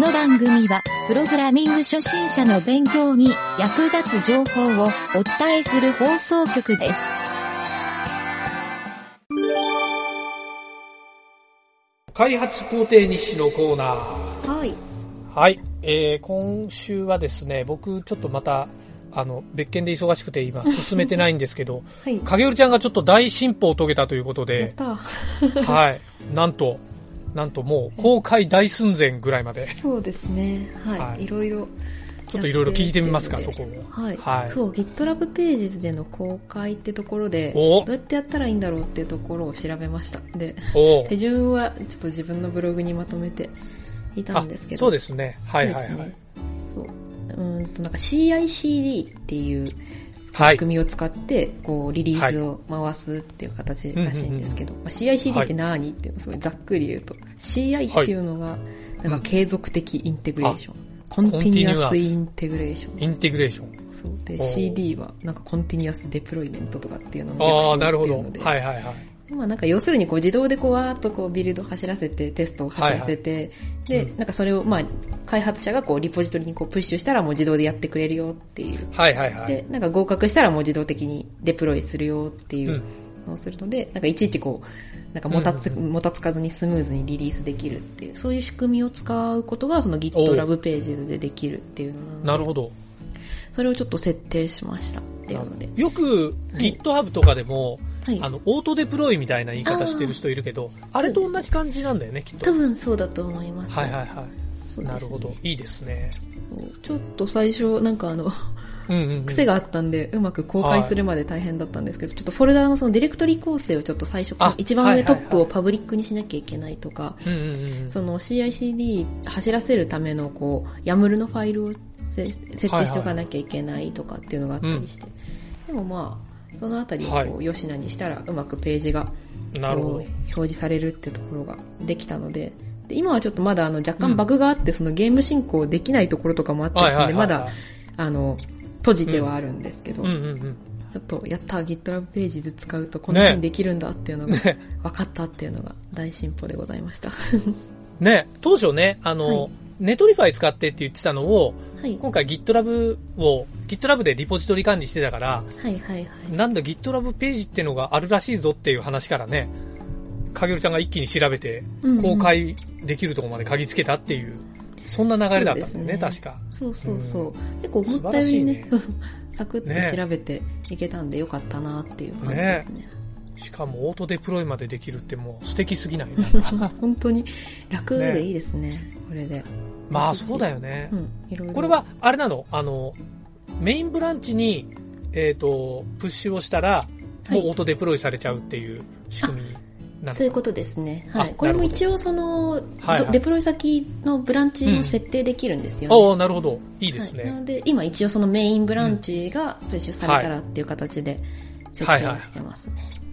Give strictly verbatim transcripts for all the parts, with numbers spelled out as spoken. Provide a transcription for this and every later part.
の番組は、プログラミング初心者の勉強に役立つ情報をお伝えする放送局です。 開発工程日誌のコーナー。 はい。 はい。えー、今週はですね、僕ちょっとまた、あの、別件で忙しくて今進めてないんですけど、はい、影織ちゃんがちょっと大進歩を遂げたということで、 やったはい。なんと、なんともう公開大寸前ぐらいまで。 そうですね。はい。はい、いろいろ。 ちょっといろいろ聞いてみますか、そこを。 はい。はい、そう、GitLab ページでの公開ってところで、どうやってやったらいいんだろうっていうところを調べました。で、手順はちょっと自分のブログにまとめていたんですけど。 そうですね。はいはいはい。そうですね。 そう。うんと、なんか シーアイシーディー っていう仕組みを使って、こう、リリースを回すっていう形らしいんですけど、まあ、シーアイシーディー って何っていうのをすごいざっくり言うと、シーアイ っていうのが、なんか継続的インテグレーション。コンティニュアスインテグレーション。 インテグレーション。 そう。で、シーディー は、なんかコンティニュアスデプロイメントとかっていうののをああ、なるほど。はいはいはい。 まあなんか要するにこう自動でこうわーっとこうビルド走らせて、テストを走らせて、はいはい、で、うん、なんかそれをまあ開発者がこうリポジトリにこうプッシュしたらもう自動でやってくれるよっていう。 はいはいはい。 で、なんか合格したらもう自動的にデプロイするよっていうのをするので、うん、なんかいちいちこう、なんかもたつ、うんうんうん、もたつかずにスムーズにリリースできるっていう、そういう仕組みを使うことがその GitLab ページでできるっていうのなので。 なるほど。 それをちょっと設定しましたっていうので。 よく GitHub とかでも、はい、あの、オートデプロイみたいな言い方してる人いるけど、あ, あれと同じ感じなんだよね、きっと。 多分そうだと思います。 はいはいはい。そうですね、なるほど。いいですね。 ちょっと最初、なんかあの、うんうんうん、癖があったんで、うまく公開するまで大変だったんですけど、はい、ちょっとフォルダーのそのディレクトリ構成をちょっと最初から、一番上トップをパブリックにしなきゃいけないとか、その シーアイシーディー 走らせるためのこう、ヤムルのファイルを設定しておかなきゃいけないとかっていうのがあったりして、はいはい、でもまあ、そのあたりをこう、よしなにしたら、うまくページが表示されるってところができたので、で今はちょっとまだあの若干バグがあって、うん、そのゲーム進行できないところとかもあったりするんで、まだ、あの、閉じてはあるんですけど、うんうんうんうん、ちょっとやった GitLab ページで使うとこんな風にできるんだっていうのが分かったっていうのが大進歩でございました。 ね、当初ね、あの、はい、ネトリファイ使ってって言ってたのを、はい、今回 GitLab を、GitLab でリポジトリ管理してたから、 はいはいはい、 なんだ GitLab ページっていうのがあるらしいぞっていう話からね、影織ちゃんが一気に調べて、公開できるところまで鍵つけたっていう、そんな流れだったんだよね、ね確か。 そうそうそう。うん、結構思ったよりね、ねサクッと調べていけたんでよかったなっていう感じですね。ねしかもオートデプロイまでできるってもう素敵すぎない本当に楽でいいですね、ねこれで。 まあそうだよね。 うん、いろいろ。 これは、あれなのあの、メインブランチに、えっと、プッシュをしたら、もうオートデプロイされちゃうっていう仕組み。 そういうことですね。はい。これも一応その、はいはい、デプロイ先のブランチも設定できるんですよね。 うん、ああ、なるほど。いいですね。 はい、なので、今一応そのメインブランチがプッシュされたらっていう形で設定してますね。はいはいはい、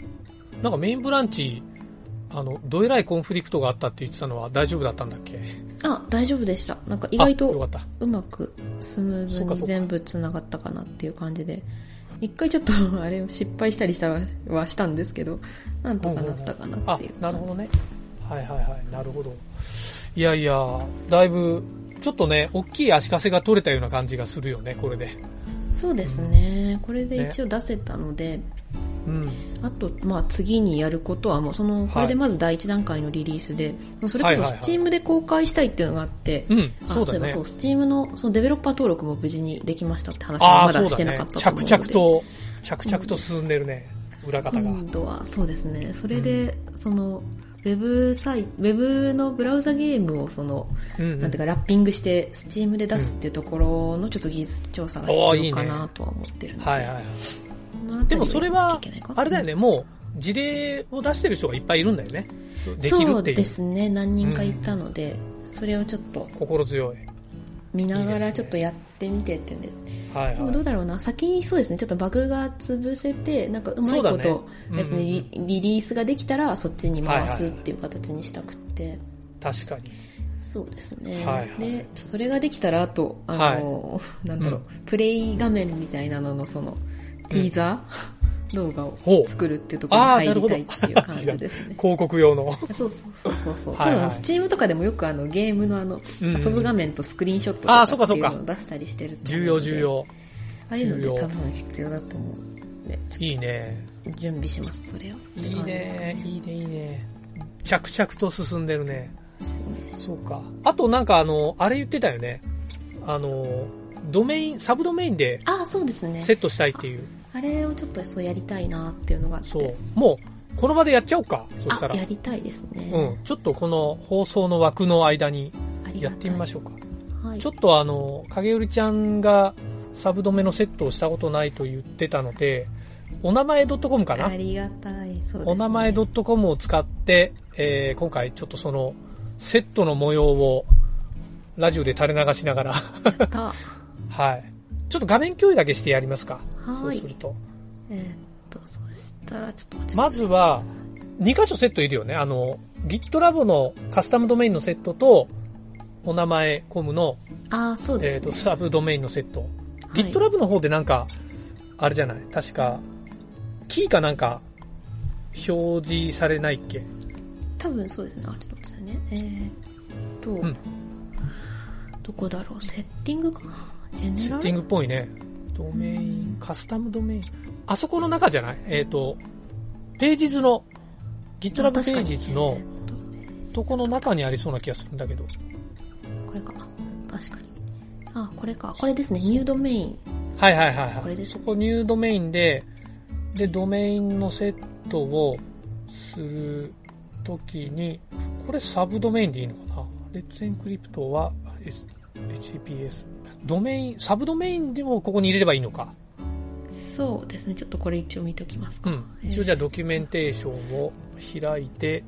なんかメインブランチ、あの、どえらいコンフリクトがあったって言ってたのは大丈夫だったんだっけ？ あ、大丈夫でした。なんか意外とうまくスムーズに全部繋がったかなっていう感じで。一回ちょっとあれを失敗したりしたはしたんですけど、なんとかなったかなっていう。 あ、なるほどね。はいはいはい、なるほど。いやいや、だいぶ、ちょっとね、大きい足かせが取れたような感じがするよね、これで。 そうですね。これで一応出せたので、ね、うん、あと、まあ次にやることはもうその、これでまず第一段階のリリースで、はい、それこそスチームで公開したいっていうのがあって、 はいはいはい、うん、 そうだね。そういえばそう、スチームのそのデベロッパー登録も無事にできましたって話はまだしてなかったと思うので。 着々と、着々と進んでるね、うん、裏方が。 今度は、そうですね。それで、うん、その、ウェブサイト、ウェブのブラウザゲームをその、うんうん、なんていうかラッピングして、スチームで出すっていうところのちょっと技術調査が必要かなとは思ってるので。 いいね、はいはいはい。でもそれは、あれだよね、もう、事例を出してる人がいっぱいいるんだよね。できるっていう。 そうですね、何人かいたので、うん、それをちょっと。 心強い。 見ながらちょっとやってみてっていうんで。 いいね、はいはい。 でもどうだろうな、先にそうですね、ちょっとバグが潰せて、なんかうまいことですね、ね、うんうん、リリースができたらそっちに回すっていう形にしたくって。はいはい、 確かに。 そうですね、 はいはい。 で、それができたら、あと、あの、はい、なんだろう、うん、プレイ画面みたいなののその、ティーザー、 動画を作るっていうところに入りたいっていう感じですね。 広告用の。 そうそうそうそうそう。多分、スチームとかでもよくあのゲームのあの、遊ぶ画面とスクリーンショットとかっていうのを出したりしてると思うので。重要重要。ああいうので多分必要だと思う。でいいね。 準備します、それを。 いいね、いいね、いいね。着々と進んでるね。ですね。そうか。あとなんかあの、あれ言ってたよね。あの、ドメイン、サブドメインで、 あ、そうですね。 セットしたいっていう。 あれをちょっとそうやりたいなっていうのがあって。 そう。もう、この場でやっちゃおうか。そしたら。 やりたいですね。 うん。ちょっとこの放送の枠の間にやってみましょうか。はい。ちょっとあの、影織ちゃんがサブドメのセットをしたことないと言ってたので、お名前 .com かな？ ありがたい。そうですね。 お名前 .com を使って、えー、今回ちょっとその、セットの模様を、ラジオで垂れ流しながら。 やった。 はい。ちょっと画面共有だけしてやりますか。 はい。 そうすると。 えー、っと、そしたらちょっと待って。 まずは、に箇所セットいるよね。あの、GitLab のカスタムドメインのセットと、お名前 .com の、 あ、そうですね。 えー、っと、サブドメインのセット。はい、GitLab の方でなんか、あれじゃない？確か、キーかなんか、表示されないっけ？ 多分そうですね。あ、ちょっと待ってくださいね。えー、っと、うん、どこだろう？セッティングかな？ジェネラル？ セッティングっぽいね。ドメイン、カスタムドメイン。あそこの中じゃない？えっ、ー、と、ページ図の、GitLab ページ図の、とこの中にありそうな気がするんだけど。 これか。確かに。あ、これか。これですね。ニュードメイン。 はいはいはいはい。 これです、ね。 そこニュードメインで、で、ドメインのセットをするときに、これサブドメインでいいのかな？レッツエンクリプトは、エイチティーピーエス。ドメイン、サブドメインでもここに入れればいいのか。 そうですね。ちょっとこれ一応見ておきますか。 うん。一応じゃあドキュメンテーションを開いて、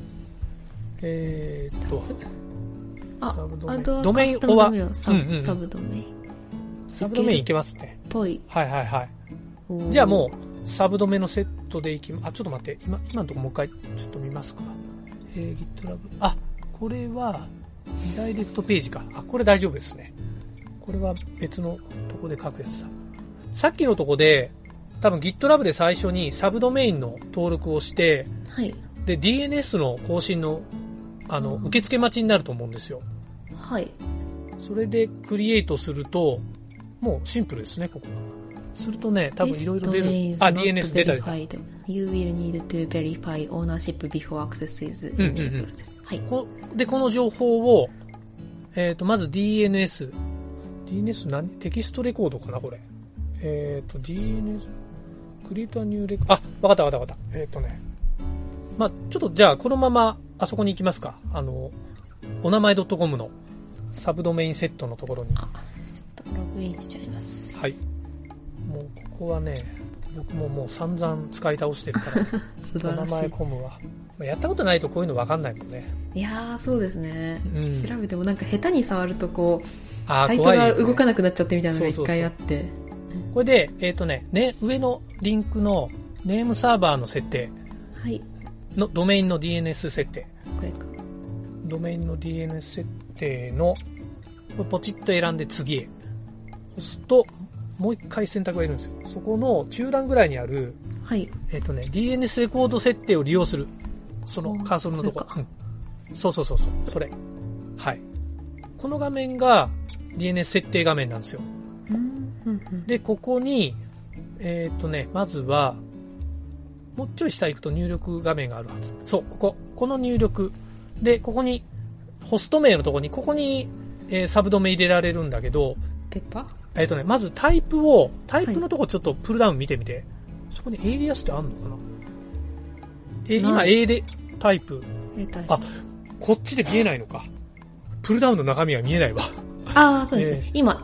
えーっと、 あ、 サブドメイン。 ドドメインは、 サブ、うんうん、サブドメイン。 サブドメインいけますね。 ぽい。 はいはいはい。じゃあもう、サブドメのセットでいきま、あ、ちょっと待って。今、今のとこもう一回、ちょっと見ますか。えー、GitLab。あ、これは、ダイレクトページか。あ、これ大丈夫ですね。これは別のとこで書くやつだ。さっきのとこで、多分 GitLab で最初にサブドメインの登録をして、 はい。 で、ディーエヌエス の更新の、あの、受付待ちになると思うんですよ。 はい。 それでクリエイトすると、もうシンプルですね、ここは。するとね、多分いろいろ出る。あ、ディーエヌエス 出たり。 You will need to verify ownership before access is enabled. うんうんうん、 はい。 こで、この情報を、えっ、ー、と、まず ディーエヌエス。ディーエヌエス 何？テキストレコードかなこれ。えっ、ー、と、ディーエヌエス、クリエイトニューレコード。あ、わかったわかったわかった。えっ、ー、とね。まあ、ちょっとじゃあ、このまま、あそこに行きますか。あの、お名前 .com のサブドメインセットのところに。あ、 ちょっとログインしちゃいます。 はい。もう、ここはね、僕ももう散々使い倒してるから。 素晴らしい。 お名前コムは。やったことないとこういうの分かんないもんね。 いやー、そうですね。うん、調べてもなんか下手に触るとこう、 あ、 サイトが動かなくなっちゃってみたいなのが一回あって。 そうそうそう、これで、えっ、ー、とね、ね、上のリンクのネームサーバーの設定。 はい。 のドメインの ディーエヌエス 設定。 これか。 ドメインの ディーエヌエス 設定の、これポチッと選んで次へ。押すと、もう一回選択がいるんですよ。そこの中段ぐらいにある、 はい。 えっ、ー、とね、ディーエヌエス レコード設定を利用する。そのカーソルのとこ。こうん、そうそうそうそう。それ。はい。この画面が ディーエヌエス 設定画面なんですよ。 うんうんうん、 で、ここに、えっ、ー、とね、まずは、もうちょい下行くと入力画面があるはず。そう、ここ。この入力。で、ここに、ホスト名のところに、ここに、えー、サブドメ入れられるんだけど、 ペッパえっ、ー、とね、まずタイプを、タイプのとこちょっとプルダウン見てみて。はい、そこにエイリアスってあんのかなえ、今 A でタイプ。あ、こっちで見えないのか。プルダウンの中身は見えないわ。 ああ、そうですね。えー、今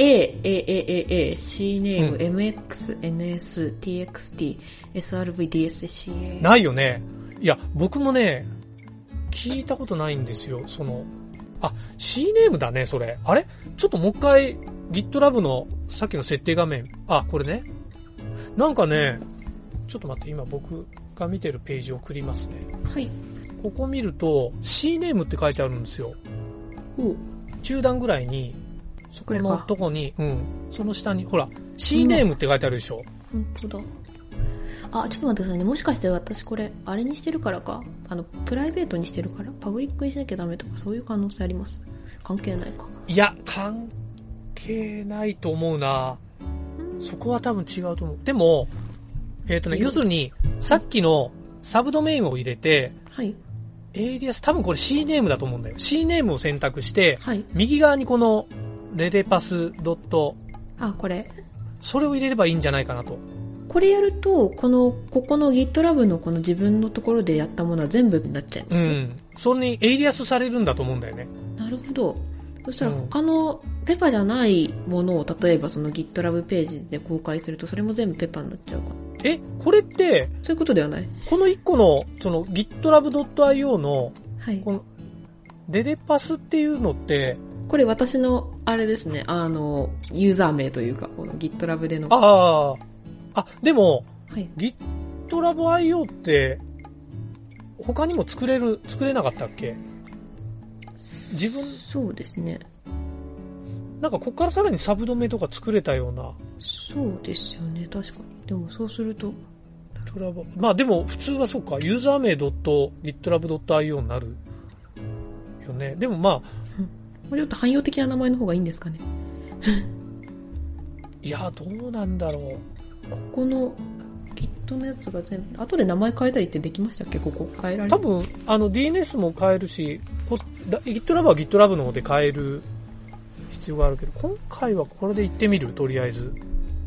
A、A、A、A、A、C ネーム、うん、エムエックス、エヌエス、ティーエックスティー、エスアールブイ、ディーエス、シーエー。 ないよね。いや、僕もね、聞いたことないんですよ。その、あ、C ネームだね、それ。あれちょっともう一回、GitLab のさっきの設定画面。あ、これね。なんかね、ちょっと待って、今僕が見てるページを送りますね。 はい。 ここ見ると、C ネームって書いてあるんですよ。 お中段ぐらいに、そこのとこに、うん、その下に、ほら、C ネームって書いてあるでしょ。 本当だ。 あ、ちょっと待ってくださいね。もしかして私これ、あれにしてるからか。あの、プライベートにしてるから、パブリックにしなきゃダメとか、そういう可能性あります？関係ないか。 いや、関係ないと思うな。そこは多分違うと思う。でも、えっとね、要するに、さっきのサブドメインを入れて、 はい。 エイリアス、多分これ C ネームだと思うんだよ。C ネームを選択して、 はい。 右側にこの、レレパスドット、 あ、これ。 それを入れればいいんじゃないかなと。 これやると、この、ここの GitLab のこの自分のところでやったものは全部になっちゃいます。 うん。それにエイリアスされるんだと思うんだよね。 なるほど。そしたら他のペパじゃないものを、例えばその GitLab ページで公開すると、それも全部ペパになっちゃうか。 え、これって、 そういうことではない？ この一個の、その GitLab ドット アイオー の、 はい。 この、レレパスっていうのって、 これ私の、あれですね、あの、ユーザー名というか、この GitLab での。 ああ。あ、でも、 はい、 GitLab アイオー って、他にも作れる、作れなかったっけ？自分そうですね。 なんかこっからさらにサブドメとか作れたような。 そうですよね、確かに。でもそうすると。 GitLab、まあでも普通はそうか、ユーザー名 .gitlab ドット アイオー になるよね。でもまあ、 うん、ちょっと汎用的な名前の方がいいんですかね。 いや、どうなんだろう。 ここの Git のやつが全部、後で名前変えたりってできましたっけ？ここ変えられる？ 多分、あの ディーエヌエス も変えるし、GitLab は GitLab の方で変える必要があるけど、今回はこれで行ってみる、とりあえず。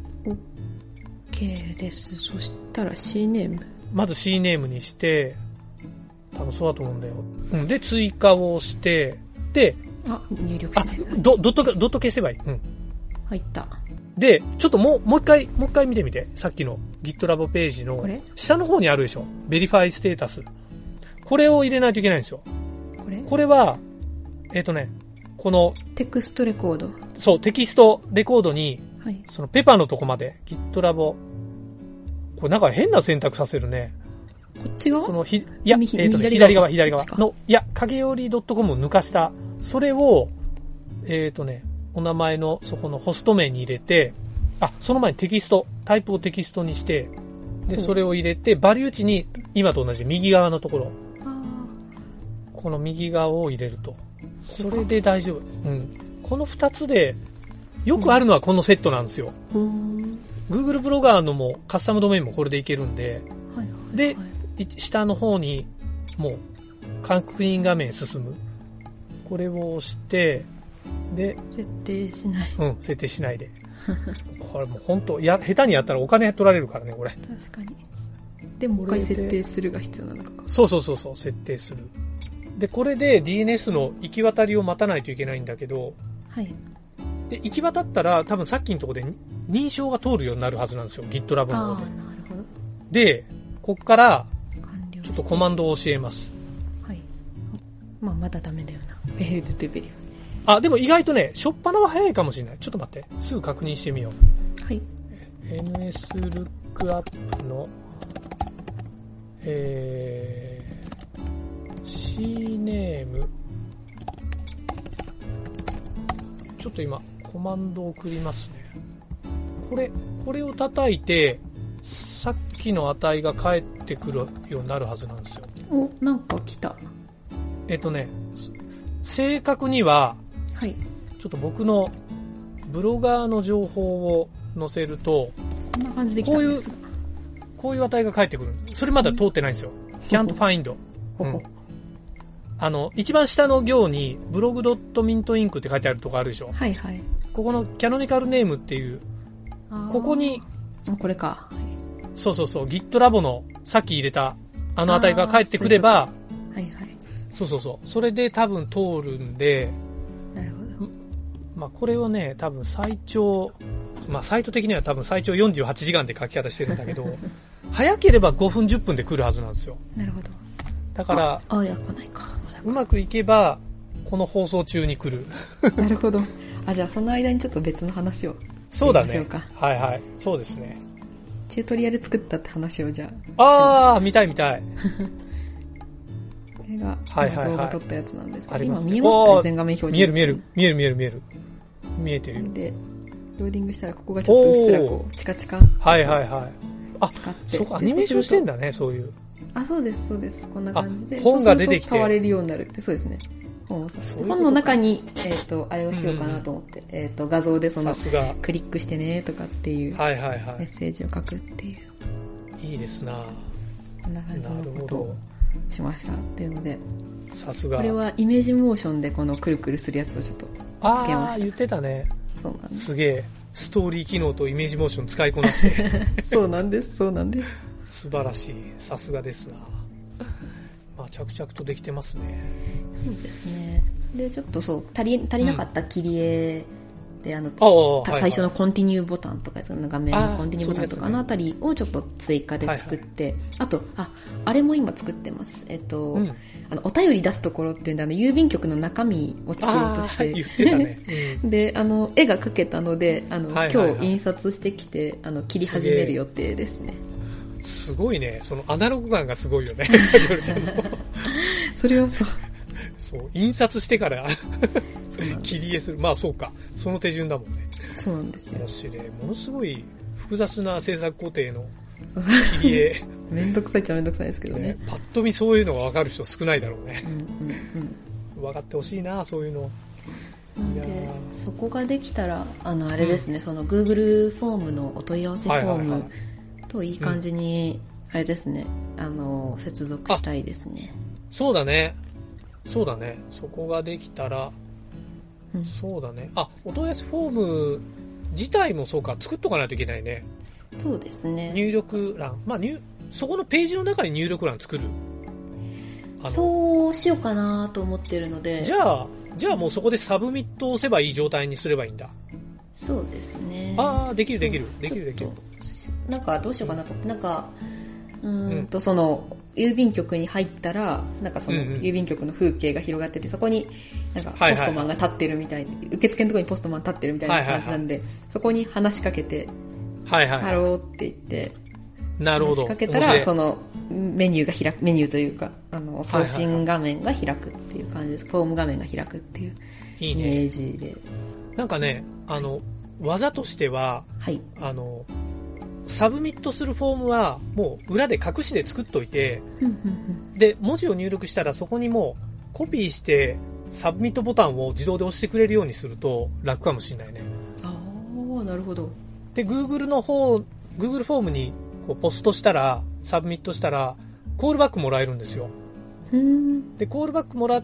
OK です。そしたら C ネーム。 まず C ネームにして、多分そうだと思うんだよ。うん。で、追加をして、で、 あ、入力しない。 あ、ド、ドット、ドット消せばいい。うん。 入った。 で、ちょっともう、もう一回、もう一回見てみて。さっきの GitLab ページの、下の方にあるでしょ。ベリファイステータス。これを入れないといけないんですよ。 これこれは、えっとね、この、 テクストレコード。 そう、テキストレコードに、 はい、 そのペパのとこまで、GitLab、これなんか変な選択させるね。 こっち側？ そのひ、いや、えっとね、左側、左側の、いや、影より .com を抜かした、それを、えっとね、お名前のそこのホスト名に入れて、あ、その前にテキスト、タイプをテキストにして、で、それを入れて、バリュー値に今と同じ右側のところ、この右側を入れると。それで大丈夫。うん。この二つで、よくあるのはこのセットなんですよ。 うん、 Google ブロガーのもカスタムドメインもこれでいけるんで、 はいはいはい、 で、下の方にもう確認画面進む。これを押して、で、 設定しない。 うん、設定しないで。これもう本当、や、下手にやったらお金取られるからね、これ。 確かに。でも、もう一回設定するが必要なのか。 そうそうそうそう、設定する。で、これで ディーエヌエス の行き渡りを待たないといけないんだけど、 はい。 で、行き渡ったら多分さっきのところで認証が通るようになるはずなんですよ、GitLab の方で。 ああ、なるほど。 で、こっからちょっとコマンドを教えます。 はい。まあ、まだダメだよな。フェイルドトゥベリフ。 あ、でも意外とね、初っ端は早いかもしれない。ちょっと待って。すぐ確認してみよう。はい。 エヌエス ルックアップの、えー、C ネーム。ちょっと今、コマンドを送りますね。これ、これを叩いて、さっきの値が返ってくるようになるはずなんですよ。 お、なんか来た。 えっとね、正確には、 はい。 ちょっと僕のブロガーの情報を載せると、 こんな感じで来たんですが。 こういう、こういう値が返ってくる。それまだ通ってないんですよ。can't find。うん。あの、一番下の行に、ブログ .mintinc って書いてあるとこあるでしょ。 はいはい。 ここのキャノニカルネームっていう、ここに、 あ、これか。 そうそうそう、GitLab のさっき入れたあの値が返ってくれば、 はいはい。 そうそうそう。それで多分通るんで、 なるほど。 まあこれをね、多分最長、まあサイト的には多分最長よんじゅうはちじかんで書き方してるんだけど、早ければごふんじゅっぷんで来るはずなんですよ。 なるほど。 だから、 あ、あいや、来ないか。 うまくいけば、この放送中に来る。 なるほど。あ、じゃあその間にちょっと別の話を。 そうだね。はいはい。そうですね。 チュートリアル作ったって話をじゃあ。ああ、見たい見たい。 これが、 はいはいはい、 動画撮ったやつなんですけど、 今見えますか？全画面表示。 見える見える。見える見える見える。見えてるよ。 で、ローディングしたらここがちょっとうっすらこう、チカチカ。 はいはいはい。 あ、そうか、アニメーションしてんだね、そういう。 あ、そうです、そうです。こんな感じで。 本が出てきて。 触れるようになるって、そうですね。本, 本の中に、えっ、ー、と、あれをしようかなと思って、うん、えっ、ー、と、画像でその、クリックしてねとかっていう、メッセージを書くっていう。 いいですな。 こんな感じのことをしましたっていうので。 さすが。 これはイメージモーションでこのくるくるするやつをちょっとつけました。 ああ、言ってたね。 そうなんです。 すげえ。ストーリー機能とイメージモーション使いこなして。 そうなんです、そうなんです。 素晴らしい。さすがですな。まあ、着々とできてますね。 そうですね。で、ちょっとそう、足り、足りなかった切り絵で、あの、 ああ最初のコンティニューボタンとか、その画面のコンティニューボタンとか、あのあたりをちょっと追加で作って、はいはい、あと、あ、あれも今作ってます。えっと、うん、あの、お便り出すところっていうんで、あの、郵便局の中身を作ろうとして、 言ってたね。 うん、で、あの、絵が描けたので、あの、はいはいはい、今日印刷してきて、あの、切り始める予定ですね。 すごいね。そのアナログ感がすごいよね。 それはそう。 そう、印刷してから切り絵する。まあそうか。その手順だもんね。 そうなんですよ。 面白い。ものすごい複雑な制作工程の切り絵。 めんどくさいっちゃめんどくさいですけどね。ね、 パッと見そういうのが分かる人少ないだろうね。 うんうんうん、 分かってほしいな、そういうの。 なんで、そこができたら、あの、あれですね、うん、その Google フォームのお問い合わせフォーム、はいはいはい、といい感じに、うん、あれですね、あの、接続したいですね。 そうだね。そうだね。そこができたら、うん、そうだね。あ、お問い合わせフォーム自体もそうか、作っとかないといけないね。 そうですね。 入力欄。まあ、入、そこのページの中に入力欄作る。 そうしようかなと思ってるので。 じゃあ、じゃあもうそこでサブミットを押せばいい状態にすればいいんだ。 そうですね。 ああ、できるできる。できるできる。 なんかどうしようかなと。なんか、うーんと、その、郵便局に入ったら、なんかその、郵便局の風景が広がってて、そこに、なんか、ポストマンが立ってるみたいに、受付のところにポストマン立ってるみたいな感じなんで、そこに話しかけて、 はいはい。 ハローって言って、 なるほど。 話しかけたら、その、メニューが開く、メニューというか、あの、送信画面が開くっていう感じです。フォーム画面が開くっていうイメージで。 なんかね、あの、技としては、 はい。 あの、サブミットするフォームはもう裏で隠しで作っといて、で、文字を入力したらそこにもうコピーしてサブミットボタンを自動で押してくれるようにすると楽かもしれないね。 ああ、なるほど。 で、Google の方、Google フォームにこうポストしたら、サブミットしたら、コールバックもらえるんですよ。で、コールバックもらって、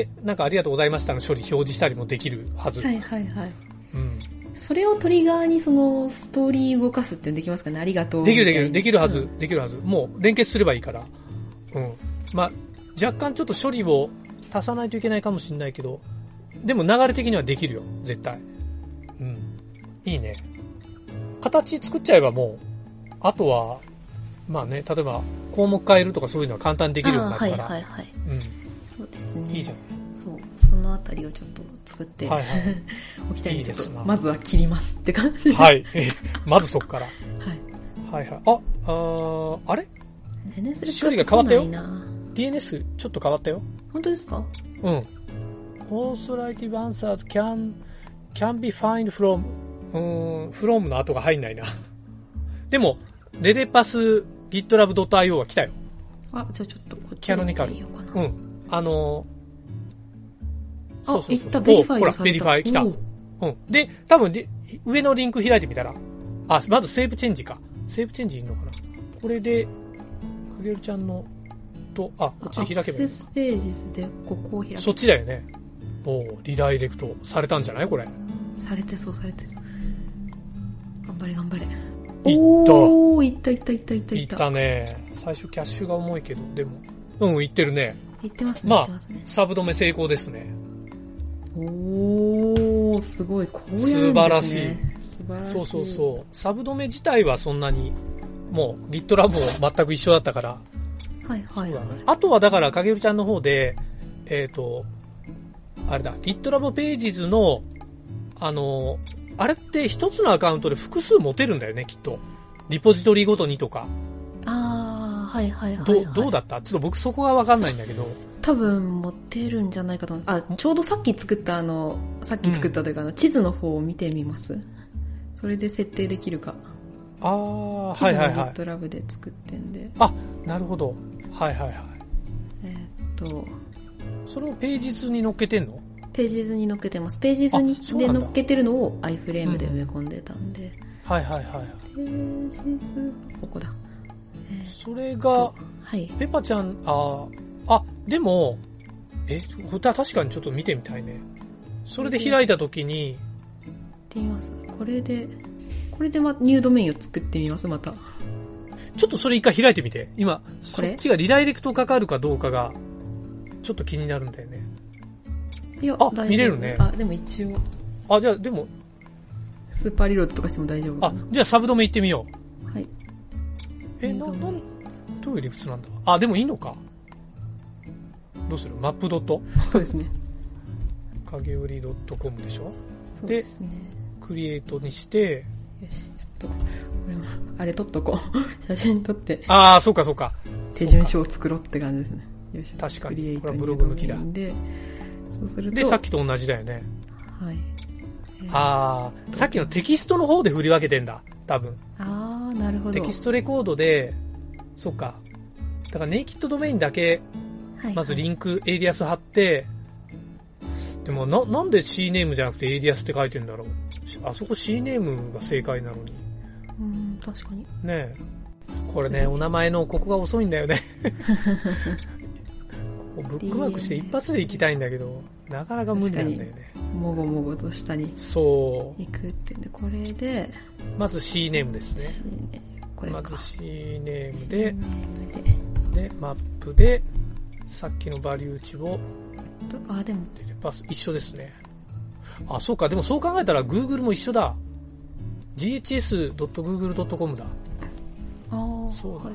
なんかありがとうございましたの処理表示したりもできるはず。 はいはいはい。 うん。 それをトリガーにそのストーリー動かすってできますかね。ありがとう。 できるできる、できるはず、うん、できるはず。もう連結すればいいから。うん。まあ、若干ちょっと処理を足さないといけないかもしれないけど、でも流れ的にはできるよ、絶対。うん。いいね。形作っちゃえばもう、あとは、まあね、例えば項目変えるとかそういうのは簡単にできるようになるから。 はいはいはい。うん。そうですね。 いいじゃん。 そう、そのあたりをちょっと作って、はいはい、おきたいんで、ちょっとまずは切りますって感じ。 はい。まずそこから。はい。はいはい。あ、ああれエヌエス処理が変わったよ。ディーエヌエス ちょっと変わったよ。 本当ですか？ うん。Authoritative answers can, can be find from, うーん、from の後が入んないな。でも、レレパス gitlab.io は来たよ。 あ、じゃあちょっとこっちキャノニカル。うん。あのー、 あ、そうそうそう。いった、ベリファイほら、ベリファイ来た。うん。で、多分で、上のリンク開いてみたら、あ、まずセーブチェンジか。セーブチェンジいいのかな。これで、かげるちゃんの、と、あ、こっちで開けばいい。 アクセスページズでここを開く。 そっちだよね。おー、リダイレクトされたんじゃないこれ。 されてそう、されてそう。頑張れ、頑張れ。 いった。 おー、いったいったいったいったいった。いったね。最初キャッシュが重いけど、でも、うん、いってるね。 いってますね。 まあ、サブ止め成功ですね。 おー、すごい。こうやるんですね。 素晴らしい。 素晴らしい。 そうそうそう。サブ止め自体はそんなに、もう GitLab も全く一緒だったから。 はいはい、はい。 ね、あとはだから、かげるちゃんの方で、えっ、ー、と、あれだ、GitLab ページズの、あの、あれって一つのアカウントで複数持てるんだよね、きっと。リポジトリごとにとか。 あー、はいはいはい、はい。 どう、どうだった？ちょっと僕そこがわかんないんだけど。 多分持ってるんじゃないかと思う。あ、ちょうどさっき作ったあの、さっき作ったというか、うん、あの地図の方を見てみます。それで設定できるか。 ああ、はいはいはい。 GitLab で作ってんで。 あ、なるほど。はいはいはい。 えー、っと。 それをページ図に載っけてんの？ ページ図に載っけてます。ページ図にで載っけてるのを iFrame で埋め込んでたんで。 うん、はいはいはい。 ページ図、ここだ。 えー、それが、はい。ペパちゃん、ああ、でも、え、これ確かにちょっと見てみたいね。それで開いたときに。 ってみます。これで、これでま、ニュードメインを作ってみます、また。 ちょっとそれ一回開いてみて。今、これそっちがリダイレクトかかるかどうかが、ちょっと気になるんだよね。 いや、 あ、見れるね。 あ、でも一応。 あ、じゃあ、でも。 スーパーリロードとかしても大丈夫かな。 あ、じゃあサブドメ行ってみよう。はい。 え、な、なん、どういう理屈なんだ？あ、でもいいのか。どうする？マップドット？ そうですね。 影売り .com でしょ？ そうですね。 で、クリエイトにして、 よし、ちょっと、俺も、あれ撮っとこう。写真撮って。 ああ、そうかそうか。 手順書を作ろうって感じですね。よし。 確かに。これはブログ向きだ。 で、そうすると。 で、さっきと同じだよね。 はい。 えー、ああ、さっきのテキストの方で振り分けてんだ。多分。 ああ、なるほど。 テキストレコードで、そっか。だからネイキッドドメインだけ、まずリンク、エイリアス貼って、でもな、なんで C ネームじゃなくてエイリアスって書いてるんだろう。あそこ C ネームが正解なのに。 うん、確かに。 ねえ。これね、お名前のここが遅いんだよね。ブックマークして一発で行きたいんだけど、なかなか無理なんだよね。 もごもごと下に。 そう。 行くってんで、これで。 まず C ネームですね。 C ネこれまず C ネームで、 で、 で、マップで、さっきのバリュー値を、 あ、でも。 パス、一緒ですね。あ、そうか。でもそう考えたら Google も一緒だ。ジーエイチエスドットグーグルドットコム だ。 ああ。 そうだ。はい、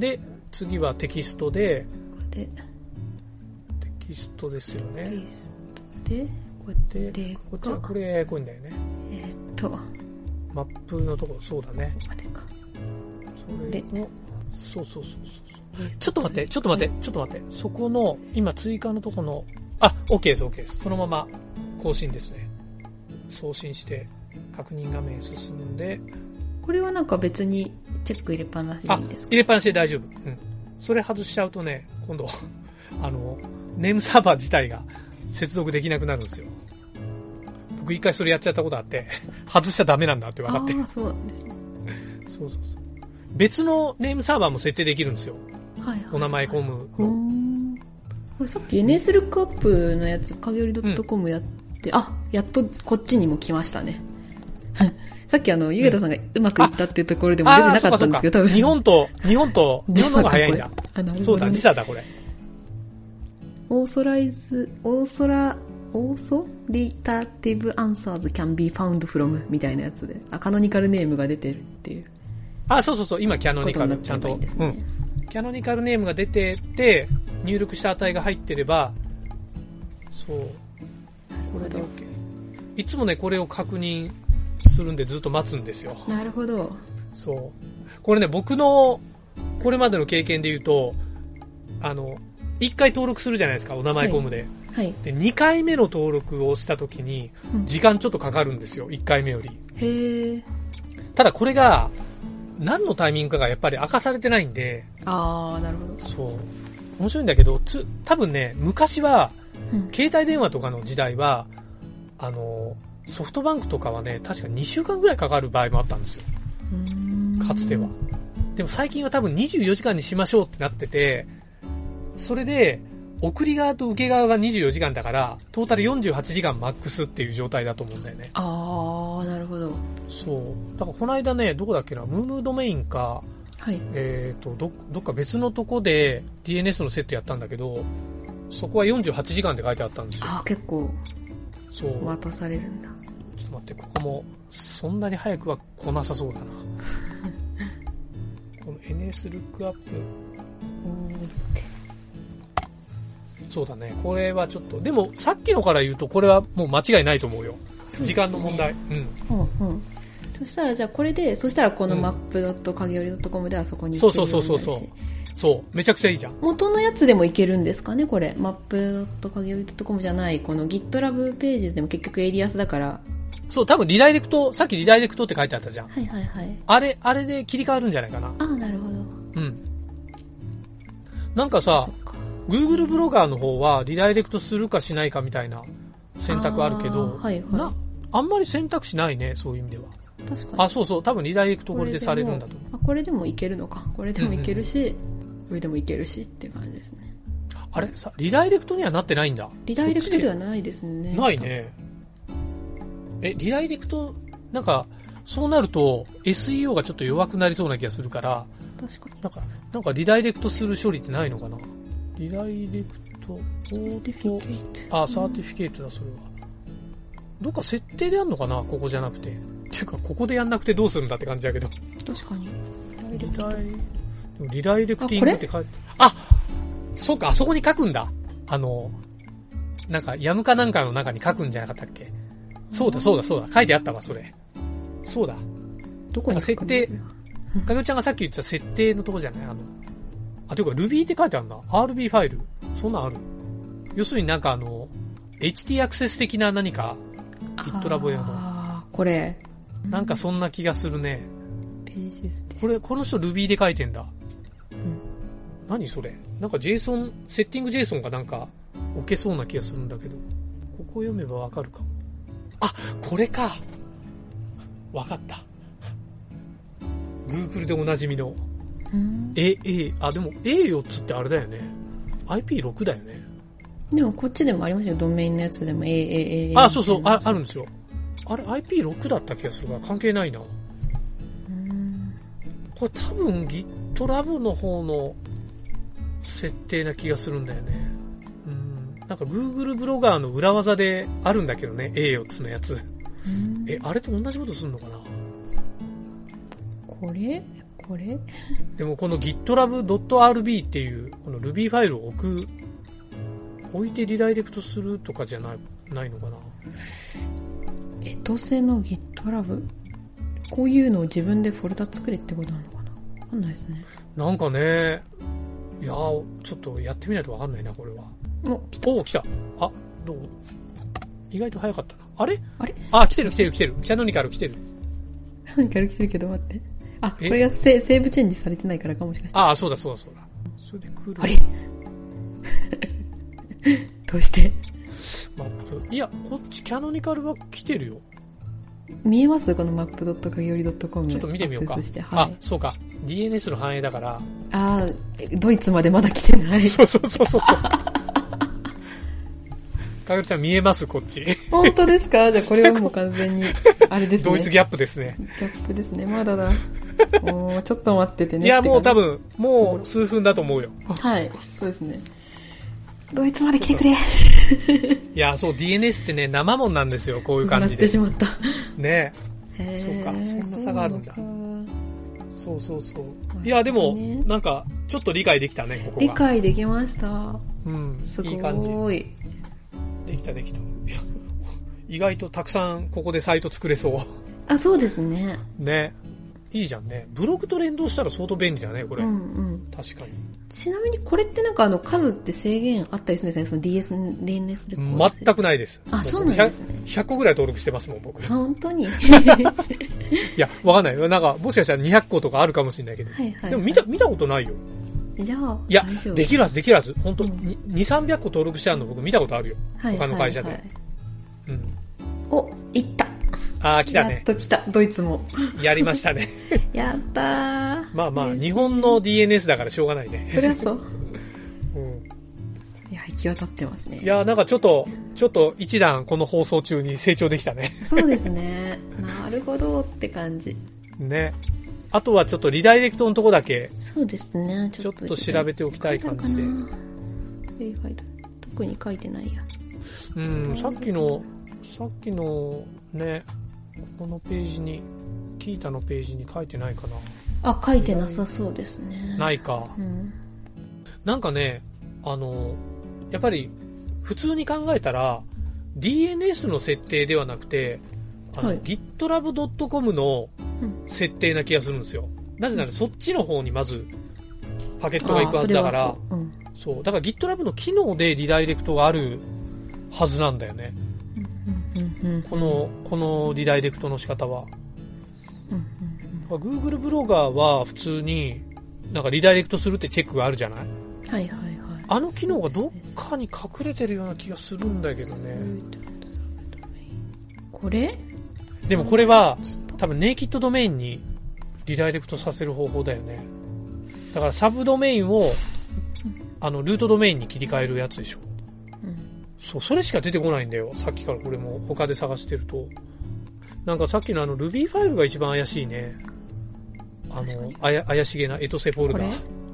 で、次はテキストで、 で、 テキストですよね。 テキストで、こうやって、 こっちはこれ、こういうんだよね。 えー、っと、 マップのところ、そうだね。 待てか。 それの、そうそうそうそうそう。ちょっと待って、ちょっと待って、ちょっと待って。そこの、今追加のとこの、あ、OK です、OK です。そのまま更新ですね。送信して、確認画面進んで。 これはなんか別にチェック入れっぱなしでいいんですか？ あ、入れっぱなしで大丈夫。うん。それ外しちゃうとね、今度、あの、ネームサーバー自体が接続できなくなるんですよ。僕一回それやっちゃったことあって、外しちゃダメなんだって分かって。 ああ、そうなんですね。 そうそうそう。別のネームサーバーも設定できるんですよ。 はいはい、はい。 お名前コムの。 これさっき エヌエス ルックアップのやつ、影織 .com やって、うん、あ、やっとこっちにも来ましたね。さっきあの、ゆげたさんがうまくいったっていうところでも出てなかったんですけど、多分。 日本と、日本と、日本の方が早いんだ。あ、なるほどね。そうだ、時差だ、これ。 オーソライズ、オーソラ、オーソリタティブアンサーズ can be found from みたいなやつで、あ、カノニカルネームが出てるっていう。 あ、そうそうそう、今キャノニカル、ちゃんと。いいですね、うん。キャノニカルネームが出てて、入力した値が入ってれば、そう。これだけ。いつもね、これを確認するんでずっと待つんですよ。 なるほど。 そう。これね、僕の、これまでの経験で言うと、あの、一回登録するじゃないですか、お名前コムで。 はい。はい、 で、二回目の登録をしたときに、時間ちょっとかかるんですよ、一回目より。 へー。 ただこれが、何のタイミングかがやっぱり明かされてないんで。 あー、なるほど。 そう。面白いんだけど、つ、多分ね、昔は、うん、携帯電話とかの時代は、あの、ソフトバンクとかはね、確かにしゅうかんぐらいかかる場合もあったんですよ。かつては。でも最近は多分にじゅうよじかんにしましょうってなってて、それで、送り側と受け側がにじゅうよじかんだから、トータルよんじゅうはちじかんマックスっていう状態だと思うんだよね。 あー、なるほど。 そう。だからこの間ね、どこだっけな、ムームードメインか、 はい。 えっと、ど、どっか別のとこで ディーエヌエス のセットやったんだけど、そこはよんじゅうはちじかんって書いてあったんですよ。 あー、結構。 そう。 待たされるんだ。 ちょっと待って、ここも、そんなに早くは来なさそうだな。この エヌエス ルックアップ。そうだね。これはちょっと、でもさっきのから言うとこれはもう間違いないと思うよ。う、ね、時間の問題。うん。 うんうん。そしたらじゃあこれで、そしたらこのマップドット影織ドットコムではそこに行けるようになるし。そうそうそうそう。そう。めちゃくちゃいいじゃん。 元のやつでもいけるんですかね、これ。マップドット影織ドットコムじゃない、この GitLab ページでも結局エイリアスだから、 そう、多分リダイレクト、さっきリダイレクトって書いてあったじゃん。 はいはいはい。 あれ、あれで切り替わるんじゃないかな。 ああ、なるほど。 うん。なんかさ、か Google ブロガーの方はリダイレクトするかしないかみたいな選択あるけど、 はいはい、 な、あんまり選択肢ないね、そういう意味では。 確かに。 あ、そうそう、多分リダイレクトこれでされるんだと思う。 あ、これでもいけるのか。これでもいけるし、うんうん、上でもいけるしっていう感じですね。 あれさ、リダイレクトにはなってないんだ。 リダイレクトではないですね。 ないね。え、リダイレクト、なんか、そうなると エスイーオー がちょっと弱くなりそうな気がするから、 確かに。 なんか、なんかリダイレクトする処理ってないのかな。リダイレクト、オート、あ、サーティフィケートだ、それは。どっか設定でやんのかな、ここじゃなくて。っていうか、ここでやんなくてどうするんだって感じだけど。 確かに。 リダイ、リダイレクティングって書いて、あ、そうか、あそこに書くんだ。あの、なんか、ヤムかなんかの中に書くんじゃなかったっけ。そうだ、そうだ、そうだ。書いてあったわ、それ。そうだ。 どこに設定、かげちゃんがさっき言ってた設定のとこじゃないあの、あ、ていうか Ruby って書いてあるんだ。アールビー ファイル。そんなんある。要するになんかあの、エイチティー アクセス的な何か、GitLab 用の。 あー、これ。 なんかそんな気がするね。 ページスこれ、この人 Ruby で書いてんだ。 うん。 何それなんか JSON、セッティング JSON がなんか置けそうな気がするんだけど。ここ読めばわかるかも。あ、これか。わかった。Google でおなじみの。 うん、 エーエー、あ、でも エーよっ つってあれだよね。アイピーろく だよね。 でもこっちでもありますよ。ドメインのやつでも エーエーエー。 あ、そうそう、あ、あるんですよ。あれ アイピーろく だった気がするから関係ないな。 うん。 これ多分 GitLab の方の設定な気がするんだよね。うん。なんか Google ブロガーの裏技であるんだけどね。エーよっ つのやつ。え、あれと同じことするのかなこれこれでもこの GitLab.rb っていうこの Ruby ファイルを置く、置いてリダイレクトするとかじゃない、ないのかな。 エトセの GitLab。こういうのを自分でフォルダ作れってことなのかな。わかんないですね。 なんかね、いやー、ちょっとやってみないとわかんないな、これは。 お、来た。 お、来た。あ、どう意外と早かったな。あれあれあ、来てる来てる来てる。キャノニカル来てる。 キャノニカル来てるけど待って。あ、これがセセーブチェンジされてないからかもしかして。 ああ、そうだそうだそうだ。それで来る。 あれどうしてマップ。いや、こっちキャノニカルは来てるよ。 見えますこのマップドットかぎおりドットコム。 ちょっと見てみようか。はい、あ、そうか。ディーエヌエス の反映だから。ああ、ドイツまでまだ来てない。 そうそうそうそう。かぐるちゃん見えますこっち。 本当ですかじゃあこれはもう完全に、あれですね。 ドイツギャップですね。 ギャップですね。まだだ。もうちょっと待っててね。 いや、もう多分、もう数分だと思うよ。 はい、そうですね。ドイツまで来てくれ。 いや、そう、ディーエヌエス ってね、生もんなんですよ、こういう感じで。 笑ってしまった。 ねえ。 そうか、そんな差があるんだ。そうそうそう。いや、でも、なんか、ちょっと理解できたね、ここが。 理解できました。 うん、 すごい。 いい感じ。できたできた。いや、意外とたくさんここでサイト作れそう。 あ、そうですね。ね。 いいじゃんね。ブログと連動したら相当便利だね、これ。 うんうん。 確かに。 ちなみにこれってなんかあの数って制限あったりするんですかね、その ディーエス、ディーエヌエス レコード。 全くないです。 あ、そうなんですね。 ひゃっこぐらい登録してますもん、僕。 本当にいや、わかんないよ。なんか、もしかしたらにひゃっことかあるかもしれないけど。 はいはいはい、 でも見た、見たことないよ。 じゃあ、 いや、できるはず、できるはず。本当、うん、にひゃく、さんびゃっこ登録してあるの僕見たことあるよ。はいはいはい、他の会社で。うん。 お、いった。 あー、来たね。 やっと来た、ドイツも。 やりましたね。 やったー。 まあまあ、日本の ディーエヌエス だからしょうがないね。 そりゃそう。 うん。 いや、行き渡ってますね。 いや、なんかちょっと、ちょっと一段この放送中に成長できたね。 そうですね。なるほどって感じ。 ね。あとはちょっとリダイレクトのとこだけ。 そうですね。 ちょっと調べておきたい感じで。 ベリファイド。特に書いてないや。 うん、さっきの、さっきのね、このページに、キータのページに書いてないかな。 あ、書いてなさそうですね。 ないか。 うん、 なんかね、あの、やっぱり、普通に考えたら、ディーエヌエス の設定ではなくて、あの、はい、ギットラブドットコム の設定な気がするんですよ。うん、なぜならそっちの方にまず、パケットが行くはずだから、 そう、うん、 そう。だから GitLab の機能でリダイレクトがあるはずなんだよね。 うんうん、 うんうん、 この、このリダイレクトの仕方は。 うんうん、 Google ブロガーは普通に、なんかリダイレクトするってチェックがあるじゃない？ はいはいはい。 あの機能がどっかに隠れてるような気がするんだけどね。 これ？ でもこれは、多分ネイキッドドメインにリダイレクトさせる方法だよね。だからサブドメインを、あの、ルートドメインに切り替えるやつでしょ。 うん、 そう、それしか出てこないんだよ。さっきからこれも他で探してると。なんかさっきのあの Ruby ファイルが一番怪しいね。あの、あや、怪しげなエトセフォルダ。うん。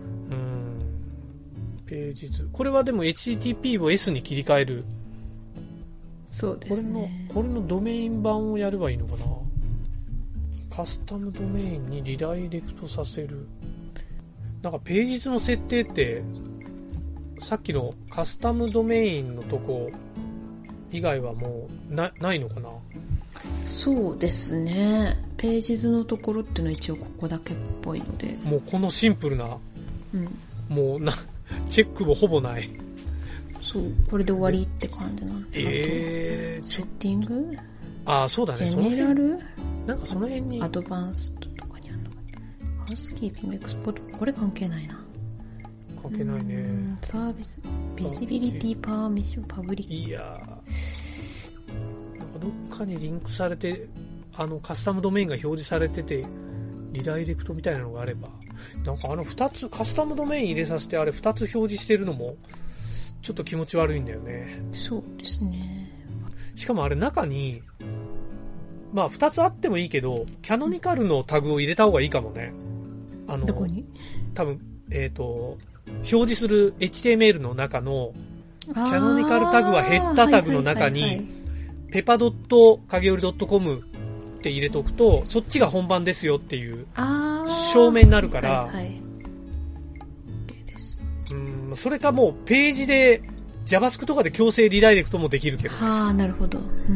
ページ図。これはでも エイチティーティーピー を S に切り替える。 そうですね。 これの、これのドメイン版をやればいいのかな。カスタムドメインにリダイレクトさせる。なんかページ図の設定って、さっきのカスタムドメインのとこ以外はもうな、ないのかな？ そうですね。ページ図のところっていうのは一応ここだけっぽいので。 もうこのシンプルな、 うん、 もうな、チェックもほぼない。 そう、これで終わりって感じなんで。 えー、 セッティング？ ああ、そうだね。 ジェネラル？ なんかその辺に。 アドバンストとかにあるのかな。ハウスキーピングエクスポート、これ関係ないな。 関係ないね。 サービス、ビジビリティパーミッションパブリック。 いやー。なんかどっかにリンクされて、あのカスタムドメインが表示されてて、リダイレクトみたいなのがあれば。なんかあの二つ、カスタムドメイン入れさせてあれ二つ表示してるのも、ちょっと気持ち悪いんだよね。 そうですね。 しかもあれ中に、まあ二つあってもいいけど、キャノニカルのタグを入れた方がいいかもね。あの、 どこに？ 多分、えっと、表示する エイチティーエムエル の中の、キャノニカルタグはヘッダータグの中に、ペパドット影織 .com って入れておくと、そっちが本番ですよっていう証明になるから、 はいはい、 うん、それかもうページで JavaScript とかで強制リダイレクトもできるけど、ね。 はあ、なるほど。うん、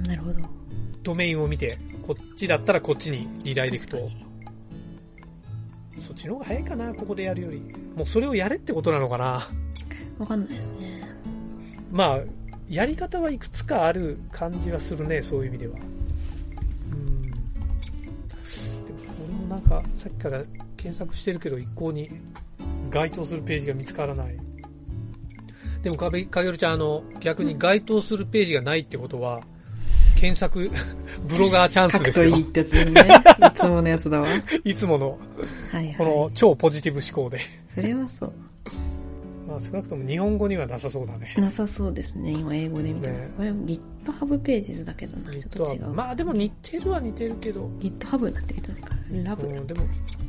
なるほど。 ドメインを見て、こっちだったらこっちにリダイレクト。そっちの方が早いかな、ここでやるより。もうそれをやれってことなのかな。 わかんないですね。 まあ、やり方はいくつかある感じはするね、そういう意味では。うん。でも、俺もなんか、さっきから検索してるけど、一向に該当するページが見つからない。でも、かげるちゃん、あの、逆に該当するページがないってことは、検索、ブロガーチャンスですよ。 書くといいってやつですね。いつものやつだわ。 いつもの、 はいはい、 この超ポジティブ思考で。 それはそう。 まあ少なくとも日本語にはなさそうだね。 なさそうですね。今英語で見ても、ね、これ GitHub ページズだけどな、ちょっと違う。 まあでも似てるは似てるけど。 GitHub になってるいつもから。ラブ。 うん、でも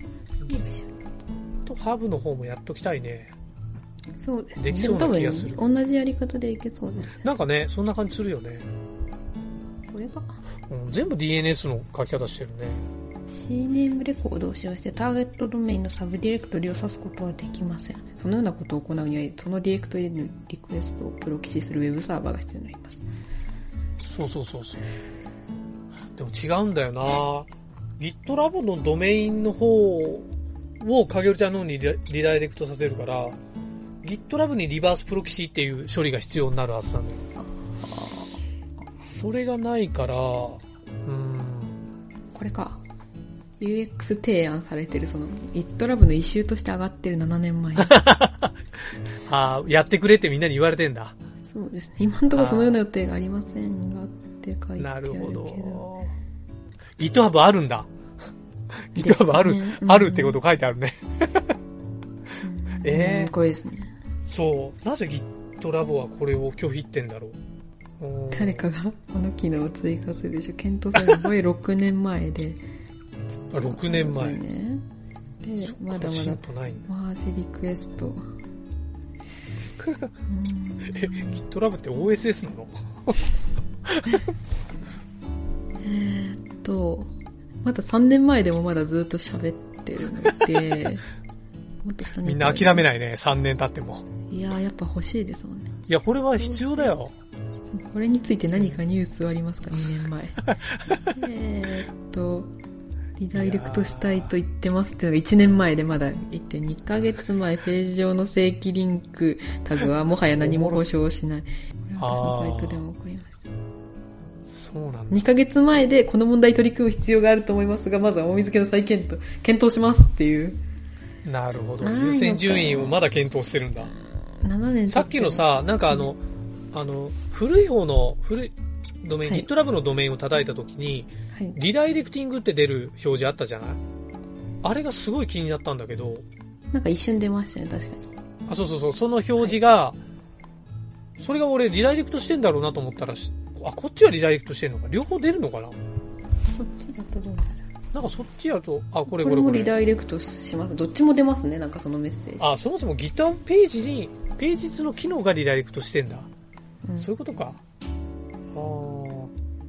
GitHub の方もやっときたいね。 そうですね。 できそうな気がする。 でも多分同じやり方でいけそうですね。 なんかね、そんな感じするよね。 これが、 うん、全部 ディーエヌエス の書き方してるね。 シーネームレコードを使用してターゲットドメインのサブディレクトリを指すことはできません。そのようなことを行うには、そのディレクトリのリクエストをプロキシするウェブサーバーが必要になります。 そうそうそうそう。でも違うんだよな。GitLab のドメインの方をかげるちゃんの方にリダイレクトさせるから、GitLab にリバースプロキシっていう処理が必要になるはずなんだよ。それがないから、うーん。 これか。ユーエックス 提案されてる、その、GitLab のイシューとして上がってるななねんまえ。 ああ、やってくれってみんなに言われてんだ。 そうですね。今のところそのような予定がありませんがって書いてあるけど。 なるほど。GitHub あるんだ。GitHub ある、ね、あるってこと書いてあるね。 ええー。これですね。 そう。なぜ GitLab はこれを拒否ってんだろう。 誰かがこの機能を追加するでしょ。検討される。これろくねんまえで。 あ、ろくねんまえ。 ね、で、まだまだマージリクエスト。 え、GitLab って オーエスエス なの？ えっと、まださんねんまえでもまだずっと喋ってるので、もっと下にみんな諦めないね、さんねん経っても。 いやー、やっぱ欲しいですもんね。 いや、これは必要だよ。 これについて何かニュースありますか？にねんまえ。えっと、リダイレクトしたいと言ってますっていうのがいちねんまえでまだ言って、にかげつまえページ上の正規リンクタグはもはや何も保証しない。これは私のサイトでも起こりました。 そうなんだ。 にかげつまえでこの問題取り組む必要があると思いますが、まずは重み付けの再検討、検討しますっていう。 なるほど。優先順位をまだ検討してるんだ。 ななねん。 さっきのさ、なんかあの、うん、あの、古い方の、古いドメイン、はい、GitLab のドメインを叩いたときに、はい、リダイレクティングって出る表示あったじゃない？あれがすごい気になったんだけど。 なんか一瞬出ましたね、確かに。 あ、そうそうそう、その表示が、はい、それが俺リダイレクトしてんだろうなと思ったら、あ、こっちはリダイレクトしてんのか、両方出るのかな。 こっちだとどうなる？ なんかそっちやると、あ、これこれこれ。 これもリダイレクトします。どっちも出ますね、なんかそのメッセージ。 あ、そもそも GitHub ページに、ページ図の機能がリダイレクトしてんだ。うん、そういうことか。あー。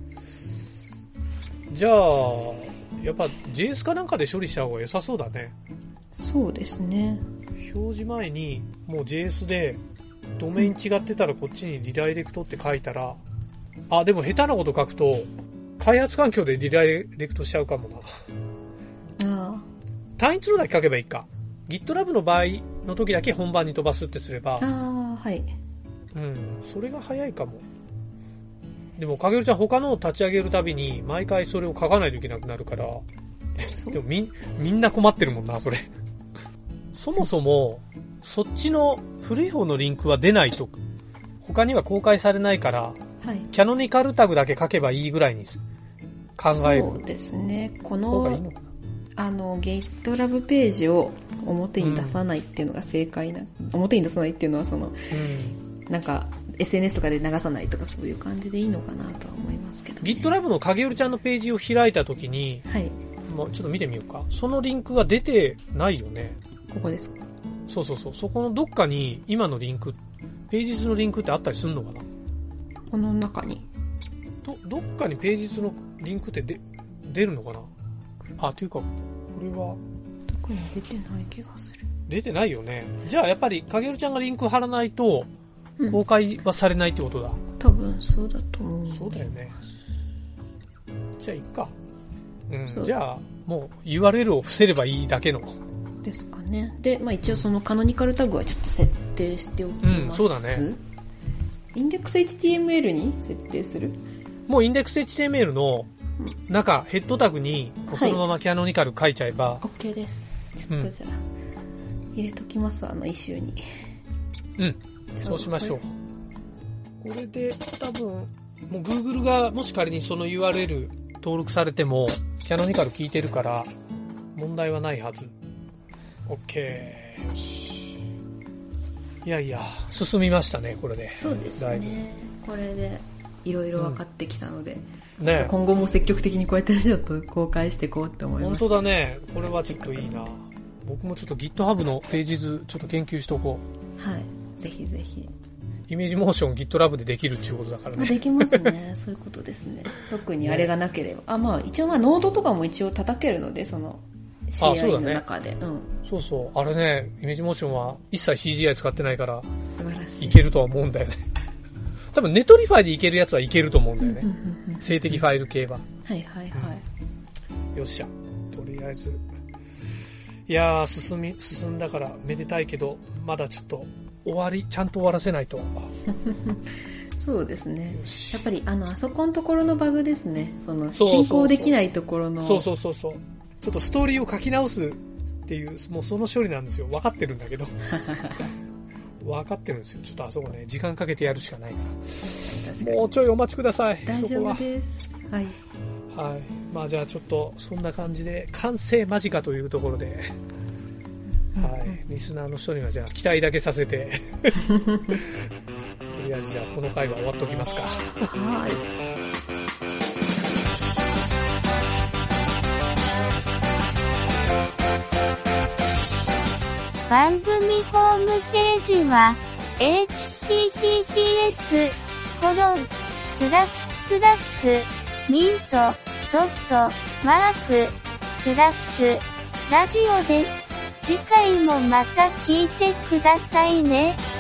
じゃあ、やっぱ ジェイエス かなんかで処理した方が良さそうだね。 そうですね。 表示前に、もう ジェイエス で、ドメイン違ってたらこっちにリダイレクトって書いたら、あ、でも下手なこと書くと、開発環境でリダイレクトしちゃうかもな。 ああ。 単一のだけ書けばいいか。GitLab の場合の時だけ本番に飛ばすってすれば。 ああ、はい。 うん。それが早いかも。でも、かげるちゃん他のを立ち上げるたびに、毎回それを書かないといけなくなるから。でもみ、みんな困ってるもんな、それ。そもそも、そっちの古い方のリンクは出ないと、他には公開されないから、はい、キャノニカルタグだけ書けばいいぐらいに考える。 そうですね。この、いいのかな、あの、GitLab ページを表に出さないっていうのが正解な、うん、表に出さないっていうのはその、うん、なんか、エスエヌエス とかで流さないとかそういう感じでいいのかなとは思いますけど、ね。 GitLab の影よりちゃんのページを開いたときに、はい。もうちょっと見てみようか。そのリンクが出てないよね。 ここですか？ そうそうそう。そこのどっかに今のリンク、ページ図のリンクってあったりするのかな？ この中に。 ど、どっかにページ図のリンクってで出るのかな？あ、というか、これは。 特に出てない気がする。 出てないよね。じゃあやっぱり、かげるちゃんがリンク貼らないと、公開はされないってことだ。うん、 多分そうだと思う。 そうだよね。じゃあいっか。うん。じゃあ、もう ユーアールエル を伏せればいいだけの。 ですかね。で、まあ一応そのカノニカルタグはちょっと設定しておきます。 うん、そうだね。 インデックス エイチティーエムエル に設定する？ もうインデックス エイチティーエムエル の中、ヘッドタグにそのままキャノニカル書いちゃえば。 はい、OK です。ちょっとじゃあ、うん、入れときます、あのイシューに。 うん。そうしましょう。これで多分、もう Google がもし仮にその ユーアールエル 登録されても、キャノニカル聞いてるから、問題はないはず。OK。よし。いやいや、進みましたね、これで。 そうですね。これで、いろいろ分かってきたので、うん、ね、今後も積極的にこうやってちょっと公開していこうって思います。 本当だね。これはちょっといいな。僕もちょっと GitHub のページ図、ちょっと研究しとこう。はい。ぜひぜひ。 イメージモーション GitLab でできるっていうことだからね。 できますね。そういうことですね。特にあれがなければ。ね、あ、まあ一応まあノードとかも一応叩けるので、その シーアイ の中で。 うん。そうそう。あれね、イメージモーションは一切 シージーアイ 使ってないから、 素晴らしい。 いけるとは思うんだよね。多分ネトリファイでいけるやつはいけると思うんだよね。 うんうんうんうん、 静的ファイル系は。 はいはいはい。 うん、よっしゃ。とりあえず。いやー、進み、進んだからめでたいけど、まだちょっと終わり、ちゃんと終わらせないと。 そうですね。やっぱりあの、あそこのところのバグですね。その、進行できないところの。 そうそうそうそう。ちょっとストーリーを書き直すっていう、もうその処理なんですよ。分かってるんだけど。分かってるんですよ。ちょっとあそこね、時間かけてやるしかないから。もうちょいお待ちください。 大丈夫です。はい。 はい。まあじゃあちょっとそんな感じで完成間近というところで、はい。リスナーの人にはじゃあ期待だけさせて、とりあえずじゃあこの回は終わっときますか。 はい。 番組ホームページは エイチティーティーピーエスコロンスラッシュスラッシュミントドットマークスラッシュラジオです。次回もまた聞いてくださいね。